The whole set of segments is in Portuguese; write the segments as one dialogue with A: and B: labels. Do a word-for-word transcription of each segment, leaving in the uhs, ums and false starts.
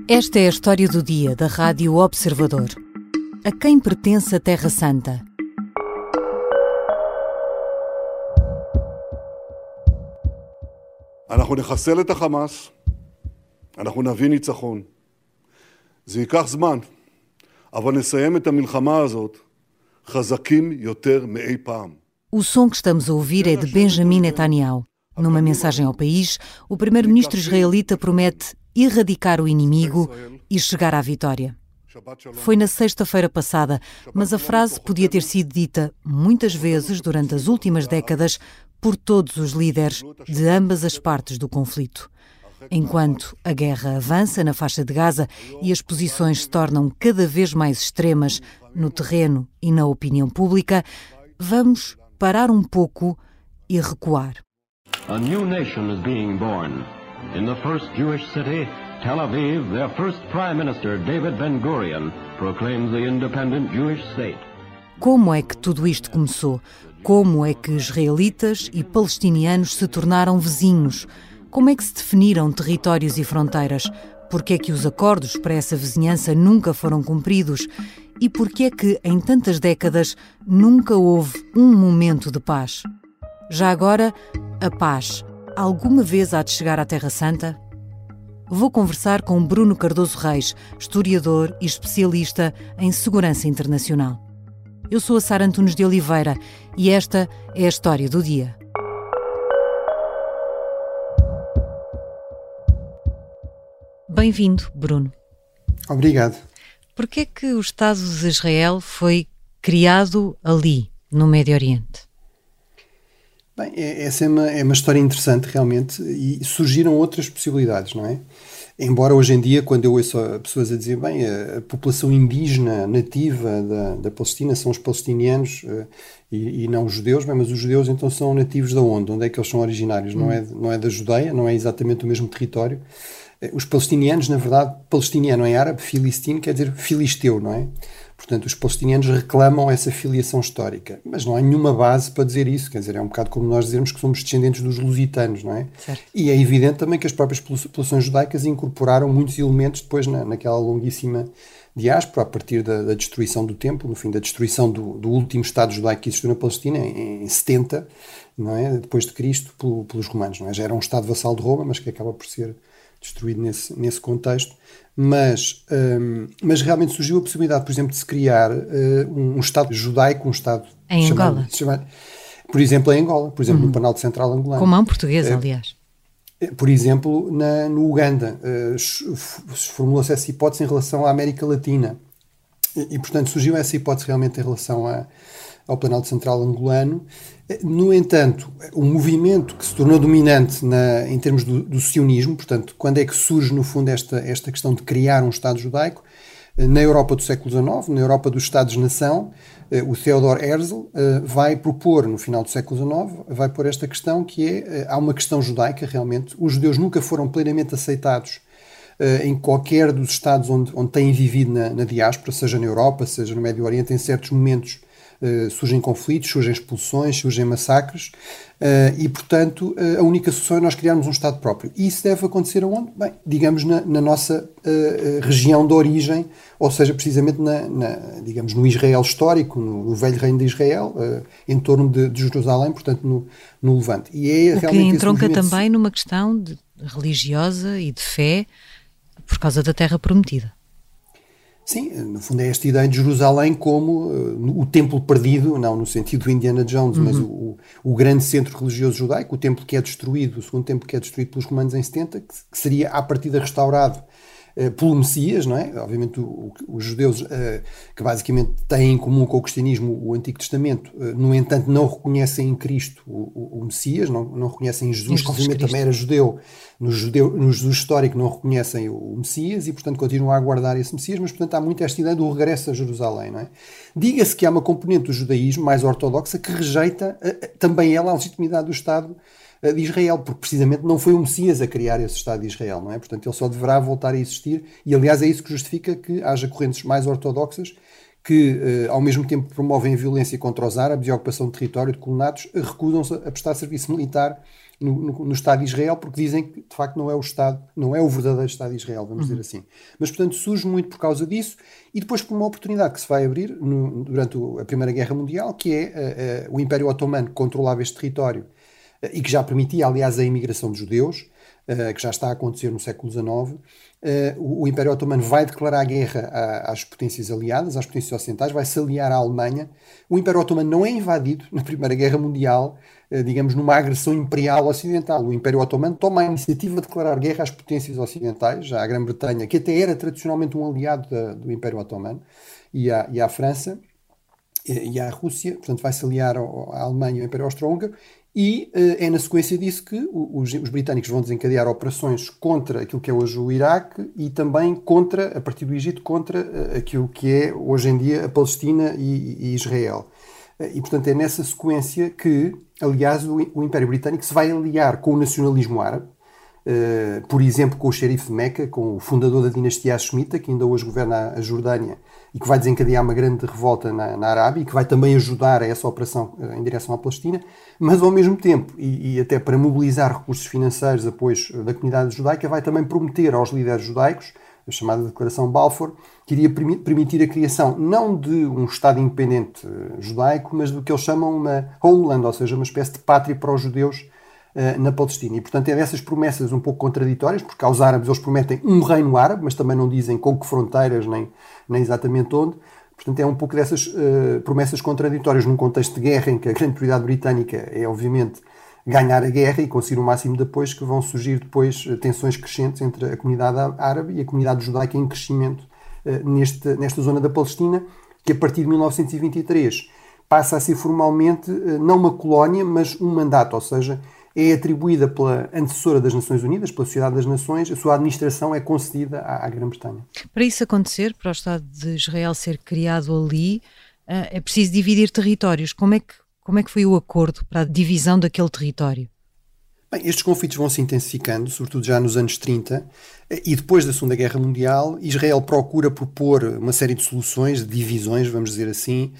A: Esta é a história do dia da Rádio Observador. A quem pertence a Terra Santa?
B: אנחנו נחסל את החמאס, אנחנו נביא ניצחון. זה ייקח זמן, אבל נסיים את המלחמה הזאת חזקים יותר מאי פעם.
A: O som que estamos a ouvir é de Benjamin Netanyahu. Numa mensagem ao país, o primeiro-ministro israelita promete erradicar o inimigo e chegar à vitória. Foi na sexta-feira passada, mas a frase podia ter sido dita muitas vezes durante as últimas décadas por todos os líderes de ambas as partes do conflito. Enquanto a guerra avança na faixa de Gaza e as posições se tornam cada vez mais extremas no terreno e na opinião pública, vamos parar um pouco e recuar.
C: A new nation is being born. In the first Jewish city, Tel Aviv, their first Prime Minister, David Ben-Gurion, proclaims the independent Jewish state.
A: Como é que tudo isto começou? Como é que israelitas e palestinianos se tornaram vizinhos? Como é que se definiram territórios e fronteiras? Porquê é que os acordos para essa vizinhança nunca foram cumpridos? E porquê é que, em tantas décadas, nunca houve um momento de paz? Já agora, a paz alguma vez há de chegar à Terra Santa? Vou conversar com Bruno Cardoso Reis, historiador e especialista em segurança internacional. Eu sou a Sara Antunes de Oliveira e esta é a história do dia. Bem-vindo, Bruno.
D: Obrigado.
A: Porquê é que o Estado de Israel foi criado ali, no Médio Oriente?
D: Bem, essa é uma, é uma história interessante realmente e surgiram outras possibilidades, não é? Embora hoje em dia, quando eu ouço pessoas a dizer, bem, a, a população indígena nativa da, da Palestina são os palestinianos uh, e, e não os judeus, bem, mas os judeus então são nativos de onde? Onde é que eles são originários? Hum. Não é, não é da Judeia, não é exatamente o mesmo território. Uh, os palestinianos, na verdade, palestiniano em árabe, filistino, quer dizer filisteu, não é? Portanto, os palestinianos reclamam essa filiação histórica, mas não há nenhuma base para dizer isso, quer dizer, é um bocado como nós dizermos que somos descendentes dos lusitanos, não é?
A: Certo.
D: E é evidente também que as próprias populações judaicas incorporaram muitos elementos depois na, naquela longuíssima diáspora, a partir da, da destruição do templo, no fim da destruição do, do último Estado judaico que existiu na Palestina, em, em setenta, não é? Depois de Cristo, pelo, pelos romanos, não é? Já era um Estado vassal de Roma, mas que acaba por ser destruído nesse, nesse contexto. Mas, um, mas realmente surgiu a possibilidade, por exemplo, de se criar uh, um, um Estado judaico, um Estado...
A: Em
D: chamado,
A: Angola?
D: Chamado, por exemplo, em Angola, por exemplo, uhum. no Planalto Central angolano.
A: Com mão portuguesa, uh, aliás.
D: Por exemplo, na, no Uganda, uh, formulou-se essa hipótese em relação à América Latina. E, e portanto, surgiu essa hipótese realmente em relação a, ao Planalto Central angolano. No entanto, o movimento que se tornou dominante na, em termos do, do sionismo, portanto, quando é que surge, no fundo, esta, esta questão de criar um Estado judaico, na Europa do século dezenove, na Europa dos Estados-nação, o Theodor Herzl vai propor, no final do século dezenove, vai pôr esta questão que é, há uma questão judaica, realmente, os judeus nunca foram plenamente aceitados em qualquer dos Estados onde, onde têm vivido na, na diáspora, seja na Europa, seja no Médio Oriente, em certos momentos Uh, surgem conflitos, surgem expulsões, surgem massacres uh, e, portanto, uh, a única solução é nós criarmos um Estado próprio. E isso deve acontecer aonde? Bem, digamos, na, na nossa uh, região de origem, ou seja, precisamente, na, na, digamos, no Israel histórico, no, no velho reino de Israel, uh, em torno de, de Jerusalém, portanto, no, no Levante. E é
A: o que entronca também numa questão de, religiosa e de fé por causa da Terra Prometida.
D: Sim, no fundo é esta ideia de Jerusalém como uh, o templo perdido, não no sentido do Indiana Jones, uhum. mas o, o grande centro religioso judaico, o templo que é destruído, o segundo templo que é destruído pelos romanos em setenta, que, que seria à partida restaurado uh, pelo Messias, não é? Obviamente o, o, os judeus uh, que basicamente têm em comum com o cristianismo o Antigo Testamento, uh, no entanto não reconhecem em Cristo o, o, o Messias, não, não reconhecem em Jesus, que obviamente também era judeu, no, judeu, no Jesus histórico não reconhecem o, o Messias e portanto continuam a aguardar esse Messias, mas portanto há muito esta ideia do regresso a Jerusalém, não é? Diga-se que há uma componente do judaísmo mais ortodoxa que rejeita uh, também ela a legitimidade do Estado de Israel, porque precisamente não foi o Messias a criar esse Estado de Israel, não é? Portanto, ele só deverá voltar a existir, e aliás é isso que justifica que haja correntes mais ortodoxas que, ao mesmo tempo, promovem a violência contra os árabes e a ocupação de território de colonatos, recusam-se a prestar serviço militar no, no, no Estado de Israel, porque dizem que, de facto, não é o Estado, não é o verdadeiro Estado de Israel, vamos uhum. dizer assim. Mas, portanto, surge muito por causa disso e depois por uma oportunidade que se vai abrir no, durante a Primeira Guerra Mundial, que é uh, uh, o Império Otomano que controlava este território uh, e que já permitia, aliás, a imigração de judeus, Uh, que já está a acontecer no século dezenove, uh, o, o Império Otomano vai declarar guerra a, às potências aliadas, às potências ocidentais, vai se aliar à Alemanha. O Império Otomano não é invadido na Primeira Guerra Mundial, uh, digamos, numa agressão imperial ocidental. O Império Otomano toma a iniciativa de declarar guerra às potências ocidentais, à Grã-Bretanha, que até era tradicionalmente um aliado da, do Império Otomano, e à, e à França, e, e à Rússia, portanto vai se aliar ao, à Alemanha e ao Império Austro-Húngaro. E uh, é na sequência disso que os, os britânicos vão desencadear operações contra aquilo que é hoje o Iraque e também contra, a partir do Egito, contra uh, aquilo que é hoje em dia a Palestina e, e Israel. Uh, e, portanto, é nessa sequência que, aliás, o, o Império Britânico se vai aliar com o nacionalismo árabe, uh, por exemplo, com o xerife de Meca, com o fundador da dinastia Hashemita, que ainda hoje governa a Jordânia, e que vai desencadear uma grande revolta na, na Arábia e que vai também ajudar a essa operação uh, em direção à Palestina, mas ao mesmo tempo, e, e até para mobilizar recursos financeiros, apoios da comunidade judaica, vai também prometer aos líderes judaicos, a chamada Declaração Balfour, que iria permitir a criação não de um Estado independente uh, judaico, mas do que eles chamam uma homeland, ou seja, uma espécie de pátria para os judeus uh, na Palestina. E, portanto, é dessas promessas um pouco contraditórias, porque aos árabes eles prometem um reino árabe, mas também não dizem com que fronteiras, nem, nem exatamente onde. Portanto, é um pouco dessas uh, promessas contraditórias num contexto de guerra em que a grande prioridade britânica é, obviamente, ganhar a guerra e conseguir o máximo de apoios, que vão surgir depois uh, tensões crescentes entre a comunidade árabe e a comunidade judaica em crescimento uh, neste, nesta zona da Palestina, que a partir de mil novecentos e vinte e três passa a ser formalmente uh, não uma colónia, mas um mandato, ou seja, é atribuída pela antecessora das Nações Unidas, pela Sociedade das Nações, a sua administração é concedida à, à Grã-Bretanha.
A: Para isso acontecer, para o Estado de Israel ser criado ali, é preciso dividir territórios. Como é que, como é que foi o acordo para a divisão daquele território?
D: Bem, estes conflitos vão se intensificando, sobretudo já nos anos trinta, e depois da Segunda Guerra Mundial, Israel procura propor uma série de soluções, de divisões, vamos dizer assim,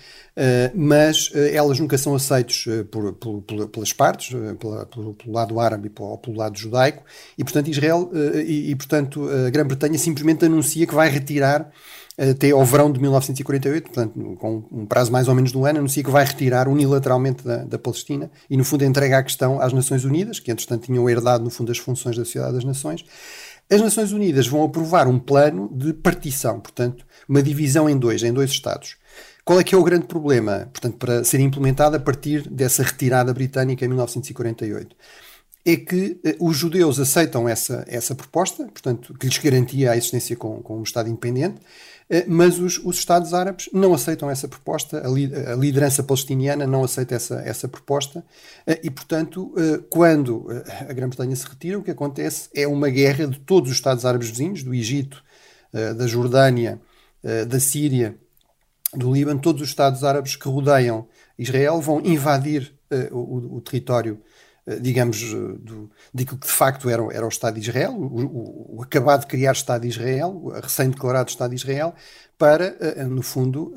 D: mas elas nunca são aceitas por, por, pelas partes, pela, pelo, pelo lado árabe e pelo, pelo lado judaico, e portanto Israel e, e portanto a Grã-Bretanha simplesmente anuncia que vai retirar até ao verão de mil novecentos e quarenta e oito, portanto, com um prazo mais ou menos de um ano, anuncia que vai retirar unilateralmente da, da Palestina e, no fundo, entrega a questão às Nações Unidas, que, entretanto, tinham herdado, no fundo, as funções da Sociedade das Nações. As Nações Unidas vão aprovar um plano de partição, portanto, uma divisão em dois, em dois Estados. Qual é que é o grande problema, portanto, para ser implementada a partir dessa retirada britânica em mil novecentos e quarenta e oito? É que eh, os judeus aceitam essa, essa proposta, portanto, que lhes garantia a existência com, com um Estado independente, eh, mas os, os Estados árabes não aceitam essa proposta, a, li, a liderança palestiniana não aceita essa, essa proposta, eh, e, portanto, eh, quando a Grã-Bretanha se retira, o que acontece é uma guerra de todos os Estados árabes vizinhos, do Egito, eh, da Jordânia, eh, da Síria, do Líbano, todos os Estados árabes que rodeiam Israel vão invadir eh, o, o território, digamos, do, daquilo que de facto era, era o Estado de Israel, o, o, o acabado de criar Estado de Israel, o recém-declarado Estado de Israel, para, no fundo,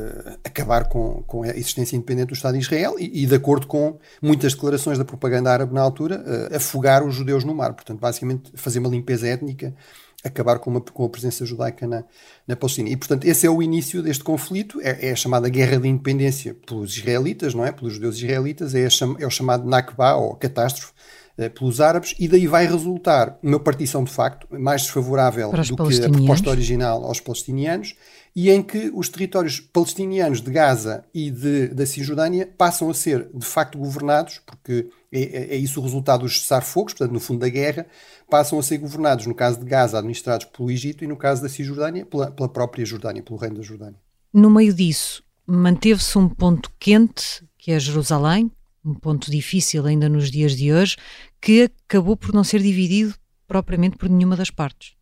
D: acabar com, com a existência independente do Estado de Israel e, e, de acordo com muitas declarações da propaganda árabe na altura, afogar os judeus no mar. Portanto, basicamente, fazer uma limpeza étnica, acabar com, uma, com a presença judaica na, na Palestina. E, portanto, esse é o início deste conflito, é, é a chamada Guerra de Independência pelos israelitas, não é? Pelos judeus israelitas, é, a, é o chamado Nakba, ou catástrofe, eh, pelos árabes, e daí vai resultar uma partição, de facto, mais desfavorável do que a proposta original aos palestinianos, e em que os territórios palestinianos de Gaza e de, da Cisjordânia passam a ser, de facto, governados, porque é, é isso o resultado dos cessar-fogos, portanto, no fundo da guerra, passam a ser governados, no caso de Gaza, administrados pelo Egito, e no caso da Cisjordânia, pela, pela própria Jordânia, pelo reino da Jordânia.
A: No meio disso, manteve-se um ponto quente, que é Jerusalém, um ponto difícil ainda nos dias de hoje, que acabou por não ser dividido propriamente por nenhuma das partes.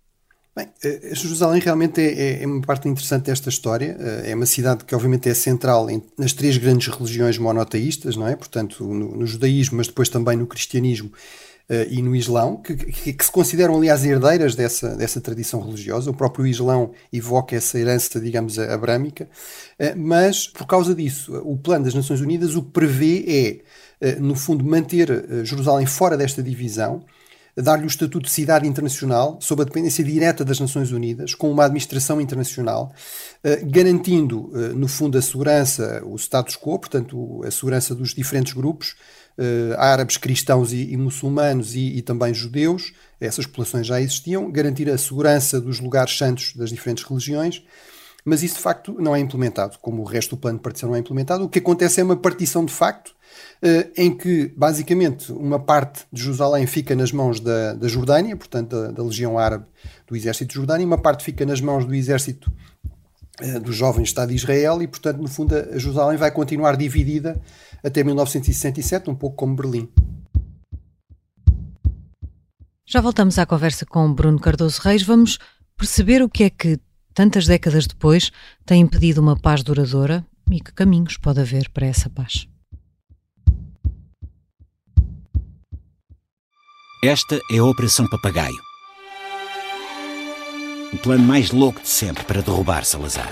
D: Bem, Jerusalém realmente é, é uma parte interessante desta história. É uma cidade que obviamente é central em, nas três grandes religiões monoteístas, não é? Portanto, no, no judaísmo, mas depois também no cristianismo, e no Islão, que, que, que se consideram, aliás, herdeiras dessa, dessa tradição religiosa. O próprio Islão evoca essa herança, digamos, abrâmica, mas, por causa disso, o Plano das Nações Unidas o que prevê é, no fundo, manter Jerusalém fora desta divisão, dar-lhe o estatuto de cidade internacional, sob a dependência direta das Nações Unidas, com uma administração internacional, eh, garantindo, eh, no fundo, a segurança, o status quo, portanto, a segurança dos diferentes grupos, eh, árabes, cristãos e, e muçulmanos e, e também judeus, essas populações já existiam, garantir a segurança dos lugares santos das diferentes religiões, mas isso, de facto, não é implementado, como o resto do plano de partição não é implementado. O que acontece é uma partição de facto, Uh, em que, basicamente, uma parte de Jerusalém fica nas mãos da, da Jordânia, portanto, da, da Legião Árabe do Exército de Jordânia, e uma parte fica nas mãos do Exército uh, do Jovem Estado de Israel, e, portanto, no fundo, a Jerusalém vai continuar dividida até mil novecentos e sessenta e sete, um pouco como Berlim.
A: Já voltamos à conversa com Bruno Cardoso Reis. Vamos perceber o que é que, tantas décadas depois, tem impedido uma paz duradoura e que caminhos pode haver para essa paz.
E: Esta é a Operação Papagaio. O plano mais louco de sempre para derrubar Salazar.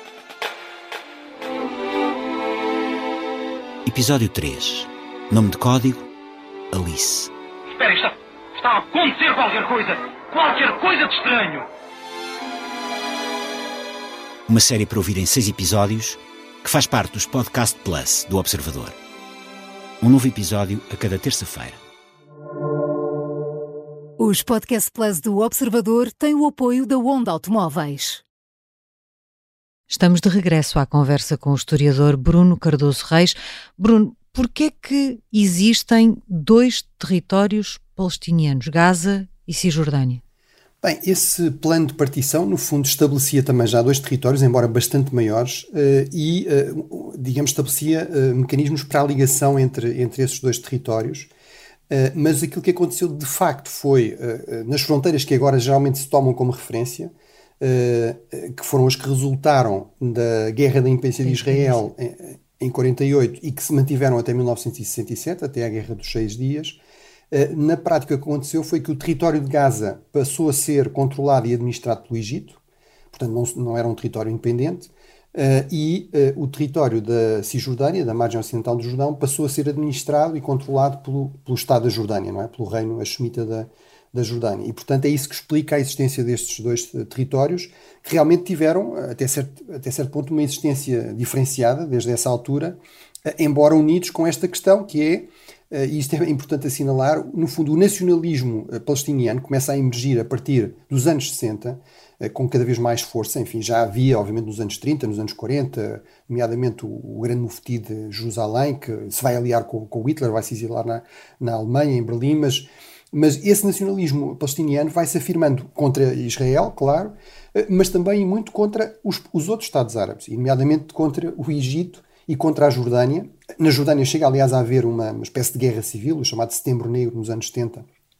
E: Episódio três. Nome de código: Alice.
F: Espera, está, está a acontecer qualquer coisa! Qualquer coisa de estranho!
E: Uma série para ouvir em seis episódios que faz parte dos Podcast Plus do Observador. Um novo episódio a cada terça-feira.
G: Os Podcast Plus do Observador têm o apoio da Onda Automóveis.
A: Estamos de regresso à conversa com o historiador Bruno Cardoso Reis. Bruno, porquê é que existem dois territórios palestinianos, Gaza e Cisjordânia?
D: Bem, esse plano de partição, no fundo, estabelecia também já dois territórios, embora bastante maiores, e, digamos, estabelecia mecanismos para a ligação entre, entre esses dois territórios. Uh, mas aquilo que aconteceu de facto foi, uh, nas fronteiras que agora geralmente se tomam como referência, uh, que foram as que resultaram da Guerra da Independência de Israel em, em quarenta e oito e que se mantiveram até mil novecentos e sessenta e sete, até a Guerra dos Seis Dias. Uh, na prática o que aconteceu foi que o território de Gaza passou a ser controlado e administrado pelo Egito, portanto não, não era um território independente. Uh, e uh, o território da Cisjordânia, da margem ocidental do Jordão, passou a ser administrado e controlado pelo, pelo Estado da Jordânia, não é? Pelo reino hashemita da, da Jordânia. E, portanto, é isso que explica a existência destes dois territórios, que realmente tiveram, até certo, até certo ponto, uma existência diferenciada desde essa altura, uh, embora unidos com esta questão, que é, uh, e isto é importante assinalar, no fundo, o nacionalismo uh, palestiniano começa a emergir a partir dos anos sessenta, com cada vez mais força. Enfim, já havia, obviamente, nos anos trinta, nos anos quarenta, nomeadamente o, o grande mufti de Jerusalém, que se vai aliar com, com Hitler, vai se exilar na, na Alemanha, em Berlim, mas, mas esse nacionalismo palestiniano vai se afirmando contra Israel, claro, mas também muito contra os, os outros Estados árabes, e nomeadamente contra o Egito e contra a Jordânia. Na Jordânia chega, aliás, a haver uma, uma espécie de guerra civil, o chamado Setembro Negro, nos anos setenta,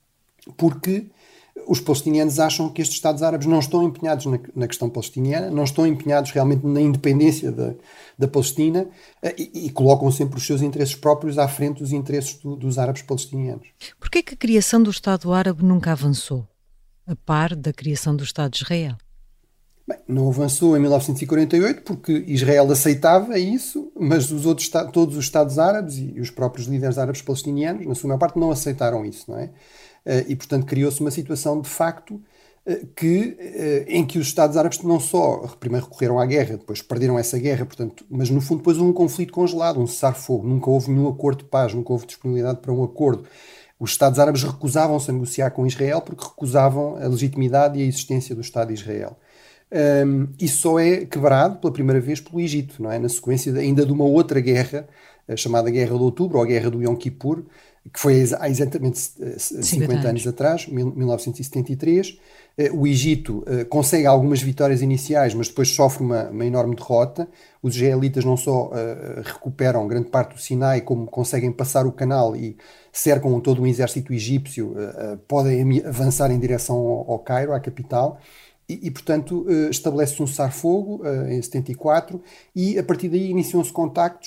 D: porque os palestinianos acham que estes Estados árabes não estão empenhados na, na questão palestiniana, não estão empenhados realmente na independência da, da Palestina e, e colocam sempre os seus interesses próprios à frente dos interesses do, dos árabes palestinianos.
A: Porquê que a criação do Estado árabe nunca avançou, a par da criação do Estado de Israel?
D: Bem, não avançou em mil novecentos e quarenta e oito porque Israel aceitava isso, mas os outros, todos os Estados árabes e os próprios líderes árabes palestinianos, na sua maior parte, não aceitaram isso, não é? E, portanto, criou-se uma situação, de facto, que, em que os Estados árabes não só primeiro recorreram à guerra, depois perderam essa guerra, portanto, mas, no fundo, depois houve um conflito congelado, um cessar-fogo. Nunca houve nenhum acordo de paz, nunca houve disponibilidade para um acordo. Os Estados árabes recusavam-se a negociar com Israel porque recusavam a legitimidade e a existência do Estado de Israel. Um, isso só é quebrado pela primeira vez pelo Egito, não é? Na sequência de, ainda de uma outra guerra, a chamada Guerra de Outubro, ou a Guerra do Yom Kippur, que foi há exatamente cinquenta anos atrás, mil novecentos e setenta e três. O Egito consegue algumas vitórias iniciais, mas depois sofre uma, uma enorme derrota. Os israelitas não só uh, recuperam grande parte do Sinai, como conseguem passar o canal e cercam todo um exército egípcio, uh, uh, podem avançar em direção ao, ao Cairo, à capital. E, e, portanto, uh, estabelece-se um cessar-fogo uh, em setenta e quatro e, a partir daí, iniciam-se contactos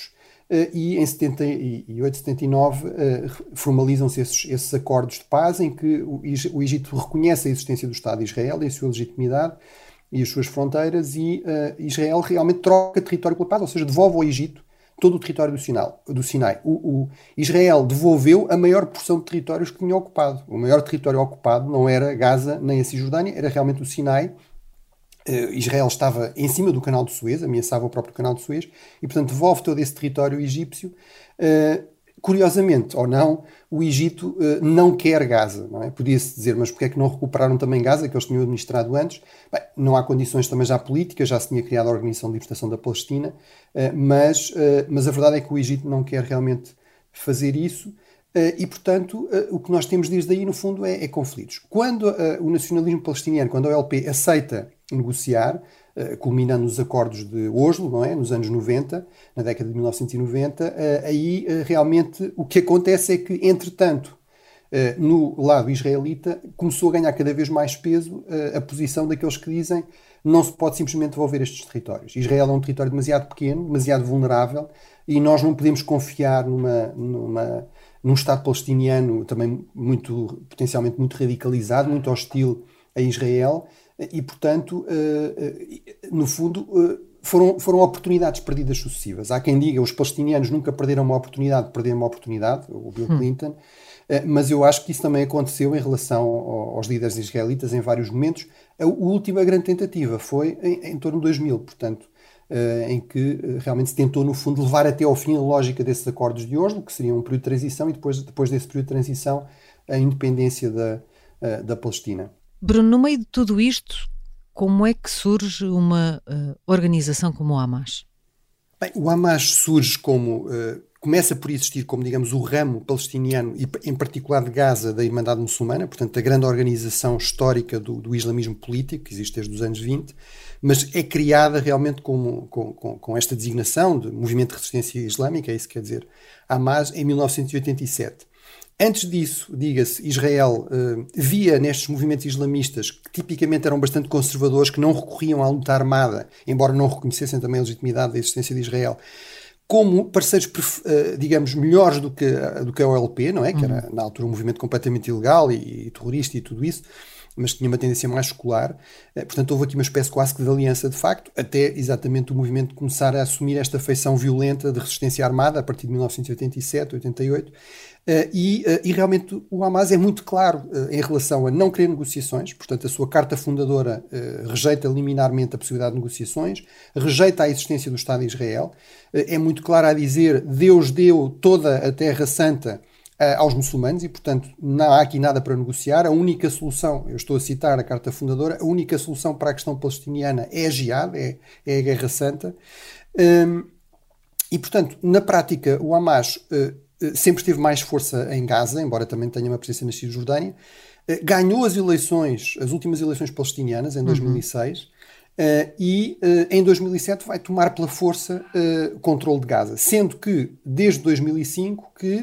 D: e em setenta e oito, setenta e nove formalizam-se esses, esses acordos de paz em que o Egito reconhece a existência do Estado de Israel e a sua legitimidade e as suas fronteiras, e uh, Israel realmente troca território pela paz, ou seja, devolve ao Egito todo o território do Sinai. Do Sinai. O, o Israel devolveu a maior porção de territórios que tinha ocupado. O maior território ocupado não era Gaza nem a Cisjordânia, era realmente o Sinai. Uh, Israel estava em cima do canal de Suez, ameaçava o próprio canal de Suez, e portanto devolve todo esse território egípcio. Uh, Curiosamente, ou não, o Egito uh, não quer Gaza, não é? Podia-se dizer, mas porquê é que não recuperaram também Gaza, que eles tinham administrado antes? Bem, não há condições também já políticas, já se tinha criado a Organização de Libertação da Palestina, uh, mas, uh, mas a verdade é que o Egito não quer realmente fazer isso, uh, e portanto uh, o que nós temos desde aí no fundo é, é conflitos. Quando uh, o nacionalismo palestiniano, quando a O L P aceita negociar, culminando nos acordos de Oslo, não é? Nos anos noventa, na década de mil novecentos e noventa, aí realmente o que acontece é que, entretanto, no lado israelita, começou a ganhar cada vez mais peso a posição daqueles que dizem não se pode simplesmente devolver estes territórios. Israel é um território demasiado pequeno, demasiado vulnerável, e nós não podemos confiar numa, numa, num Estado palestiniano também muito, potencialmente muito radicalizado, muito hostil a Israel. E, portanto, no fundo, foram, foram oportunidades perdidas sucessivas. Há quem diga que os palestinianos nunca perderam uma oportunidade de perder uma oportunidade, o Bill Clinton, hum. mas eu acho que isso também aconteceu em relação aos líderes israelitas em vários momentos. A última grande tentativa foi em, em torno de dois mil, portanto, em que realmente se tentou, no fundo, levar até ao fim a lógica desses acordos de Oslo, que seria um período de transição, e depois, depois desse período de transição, a independência da, da Palestina.
A: Bruno, no meio de tudo isto, como é que surge uma uh, organização como o Hamas?
D: Bem, o Hamas surge como, uh, começa por existir como, digamos, o ramo palestiniano, e em particular de Gaza, da Irmandade Muçulmana, portanto, a grande organização histórica do, do islamismo político, que existe desde os anos vinte, mas é criada realmente com, com, com, com esta designação de Movimento de Resistência Islâmica, é isso que quer dizer, Hamas, em mil novecentos e oitenta e sete. Antes disso, diga-se, Israel uh, via nestes movimentos islamistas, que tipicamente eram bastante conservadores, que não recorriam à luta armada, embora não reconhecessem também a legitimidade da existência de Israel, como parceiros, uh, digamos, melhores do que, do que a O L P, não é? Que era, na altura, um movimento completamente ilegal e, e terrorista e tudo isso, mas que tinha uma tendência mais secular. Uh, portanto, houve aqui uma espécie quase que de aliança de facto, até exatamente o movimento começar a assumir esta feição violenta de resistência armada, a partir de mil novecentos e oitenta e sete, oitenta e oito, Uh, e, uh, e realmente o Hamas é muito claro uh, em relação a não querer negociações, portanto a sua carta fundadora uh, rejeita liminarmente a possibilidade de negociações, rejeita a existência do Estado de Israel, uh, é muito claro a dizer Deus deu toda a Terra Santa uh, aos muçulmanos e portanto não há aqui nada para negociar, a única solução, eu estou a citar a carta fundadora, a única solução para a questão palestiniana é a jihad, é, é a Guerra Santa, um, e portanto na prática o Hamas uh, sempre teve mais força em Gaza, embora também tenha uma presença na Cisjordânia, ganhou as eleições, as últimas eleições palestinianas em dois mil e seis, uhum. e em dois mil e sete vai tomar pela força o controle de Gaza, sendo que desde dois mil e cinco que,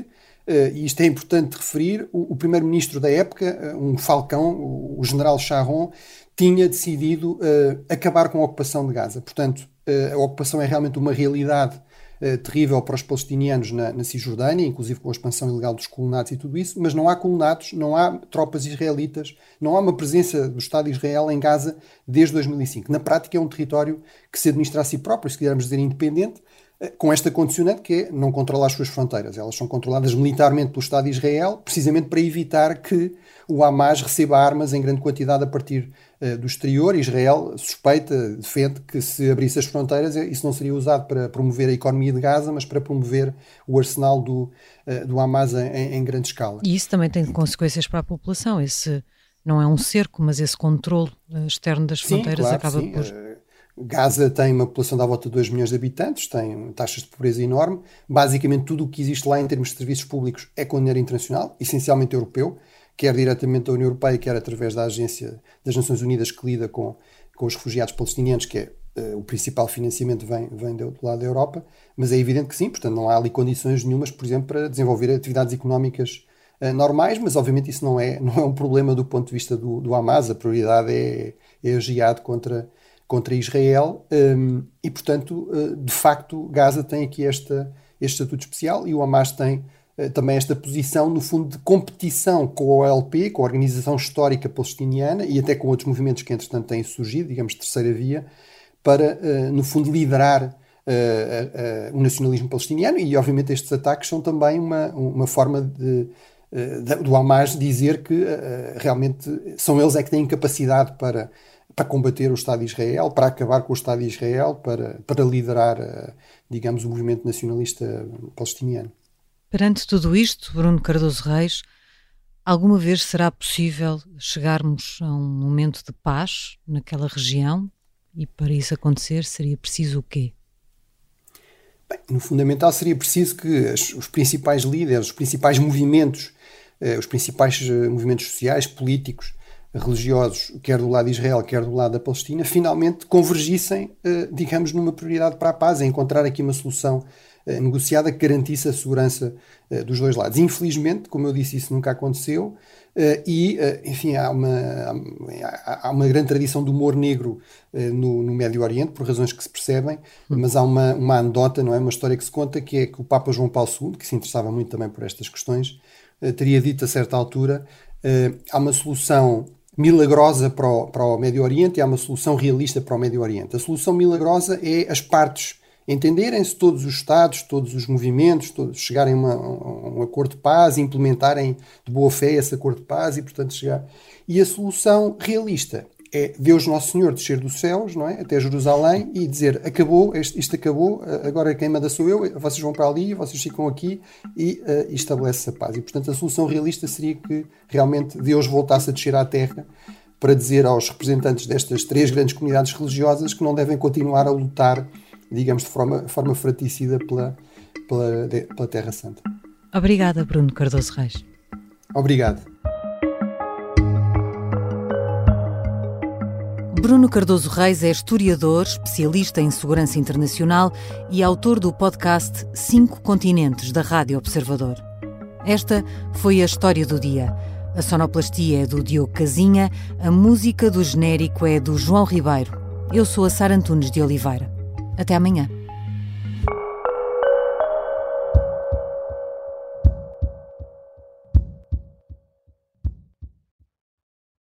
D: e isto é importante referir, o, o primeiro-ministro da época, um falcão, o general Sharon, tinha decidido acabar com a ocupação de Gaza. Portanto, a ocupação é realmente uma realidade Uh, terrível para os palestinianos na, na Cisjordânia, inclusive com a expansão ilegal dos colonatos e tudo isso, mas não há colonatos, não há tropas israelitas, não há uma presença do Estado de Israel em Gaza desde dois mil e cinco. Na prática é um território que se administra a si próprio, se quisermos dizer independente, uh, com esta condicionante que é não controlar as suas fronteiras. Elas são controladas militarmente pelo Estado de Israel, precisamente para evitar que o Hamas receba armas em grande quantidade a partir uh, do exterior. Israel suspeita, defende que se abrisse as fronteiras isso não seria usado para promover a economia de Gaza, mas para promover o arsenal do, uh, do Hamas em, em grande escala.
A: E isso também tem consequências para a população. Esse não é um cerco, mas esse controle uh, externo das fronteiras, sim, claro, acaba
D: sim.
A: por...
D: Uh, Gaza tem uma população de à volta de dois milhões de habitantes, tem taxas de pobreza enorme. Basicamente tudo o que existe lá em termos de serviços públicos é com dinheiro internacional, essencialmente europeu, quer diretamente da União Europeia, quer através da Agência das Nações Unidas que lida com, com os refugiados palestinianos, que é uh, o principal financiamento vem, vem do lado da Europa, mas é evidente que sim, portanto não há ali condições nenhumas, por exemplo, para desenvolver atividades económicas uh, normais, mas obviamente isso não é, não é um problema do ponto de vista do, do Hamas, a prioridade é, é a jihad contra, contra Israel, um, e portanto, uh, de facto, Gaza tem aqui esta, este estatuto especial, e o Hamas tem uh, também esta posição, no fundo, de competição com a O L P, com a Organização Histórica Palestiniana, e até com outros movimentos que, entretanto, têm surgido, digamos, terceira via, para, uh, no fundo, liderar uh, uh, uh, o nacionalismo palestiniano, e, obviamente, estes ataques são também uma, uma forma de, uh, de, do Hamas dizer que uh, realmente são eles é que têm capacidade para... para combater o Estado de Israel, para acabar com o Estado de Israel, para, para liderar, digamos, o movimento nacionalista palestiniano.
A: Perante tudo isto, Bruno Cardoso Reis, alguma vez será possível chegarmos a um momento de paz naquela região? E para isso acontecer seria preciso o quê?
D: Bem, no fundamental seria preciso que as, os principais líderes, os principais movimentos, eh, os principais eh, movimentos sociais, políticos, religiosos, quer do lado de Israel, quer do lado da Palestina, finalmente convergissem, eh, digamos, numa prioridade para a paz, a encontrar aqui uma solução eh, negociada que garantisse a segurança eh, dos dois lados. Infelizmente, como eu disse, isso nunca aconteceu, eh, e, eh, enfim, há uma, há, há uma grande tradição de humor negro eh, no, no Médio Oriente, por razões que se percebem, hum. mas há uma, uma anedota, não é? Uma história que se conta, que é que o Papa João Paulo segundo, que se interessava muito também por estas questões, eh, teria dito a certa altura, eh, há uma solução milagrosa para o, para o Médio Oriente e há uma solução realista para o Médio Oriente. A solução milagrosa é as partes entenderem-se, todos os Estados, todos os movimentos, todos chegarem a, uma, a um acordo de paz, implementarem de boa fé esse acordo de paz e, portanto, chegar... E a solução realista é Deus Nosso Senhor descer dos céus, não é? Até Jerusalém e dizer, acabou, isto, isto acabou, agora quem manda sou eu, vocês vão para ali, vocês ficam aqui e, uh, e estabelece-se a paz. E, portanto, a solução realista seria que realmente Deus voltasse a descer à terra para dizer aos representantes destas três grandes comunidades religiosas que não devem continuar a lutar, digamos, de forma, forma fraticida pela, pela, de, pela Terra Santa.
A: Obrigada, Bruno Cardoso Reis.
D: Obrigado.
A: Bruno Cardoso Reis é historiador, especialista em segurança internacional e autor do podcast Cinco Continentes, da Rádio Observador. Esta foi a história do dia. A sonoplastia é do Diogo Casinha, a música do genérico é do João Ribeiro. Eu sou a Sara Antunes de Oliveira. Até amanhã.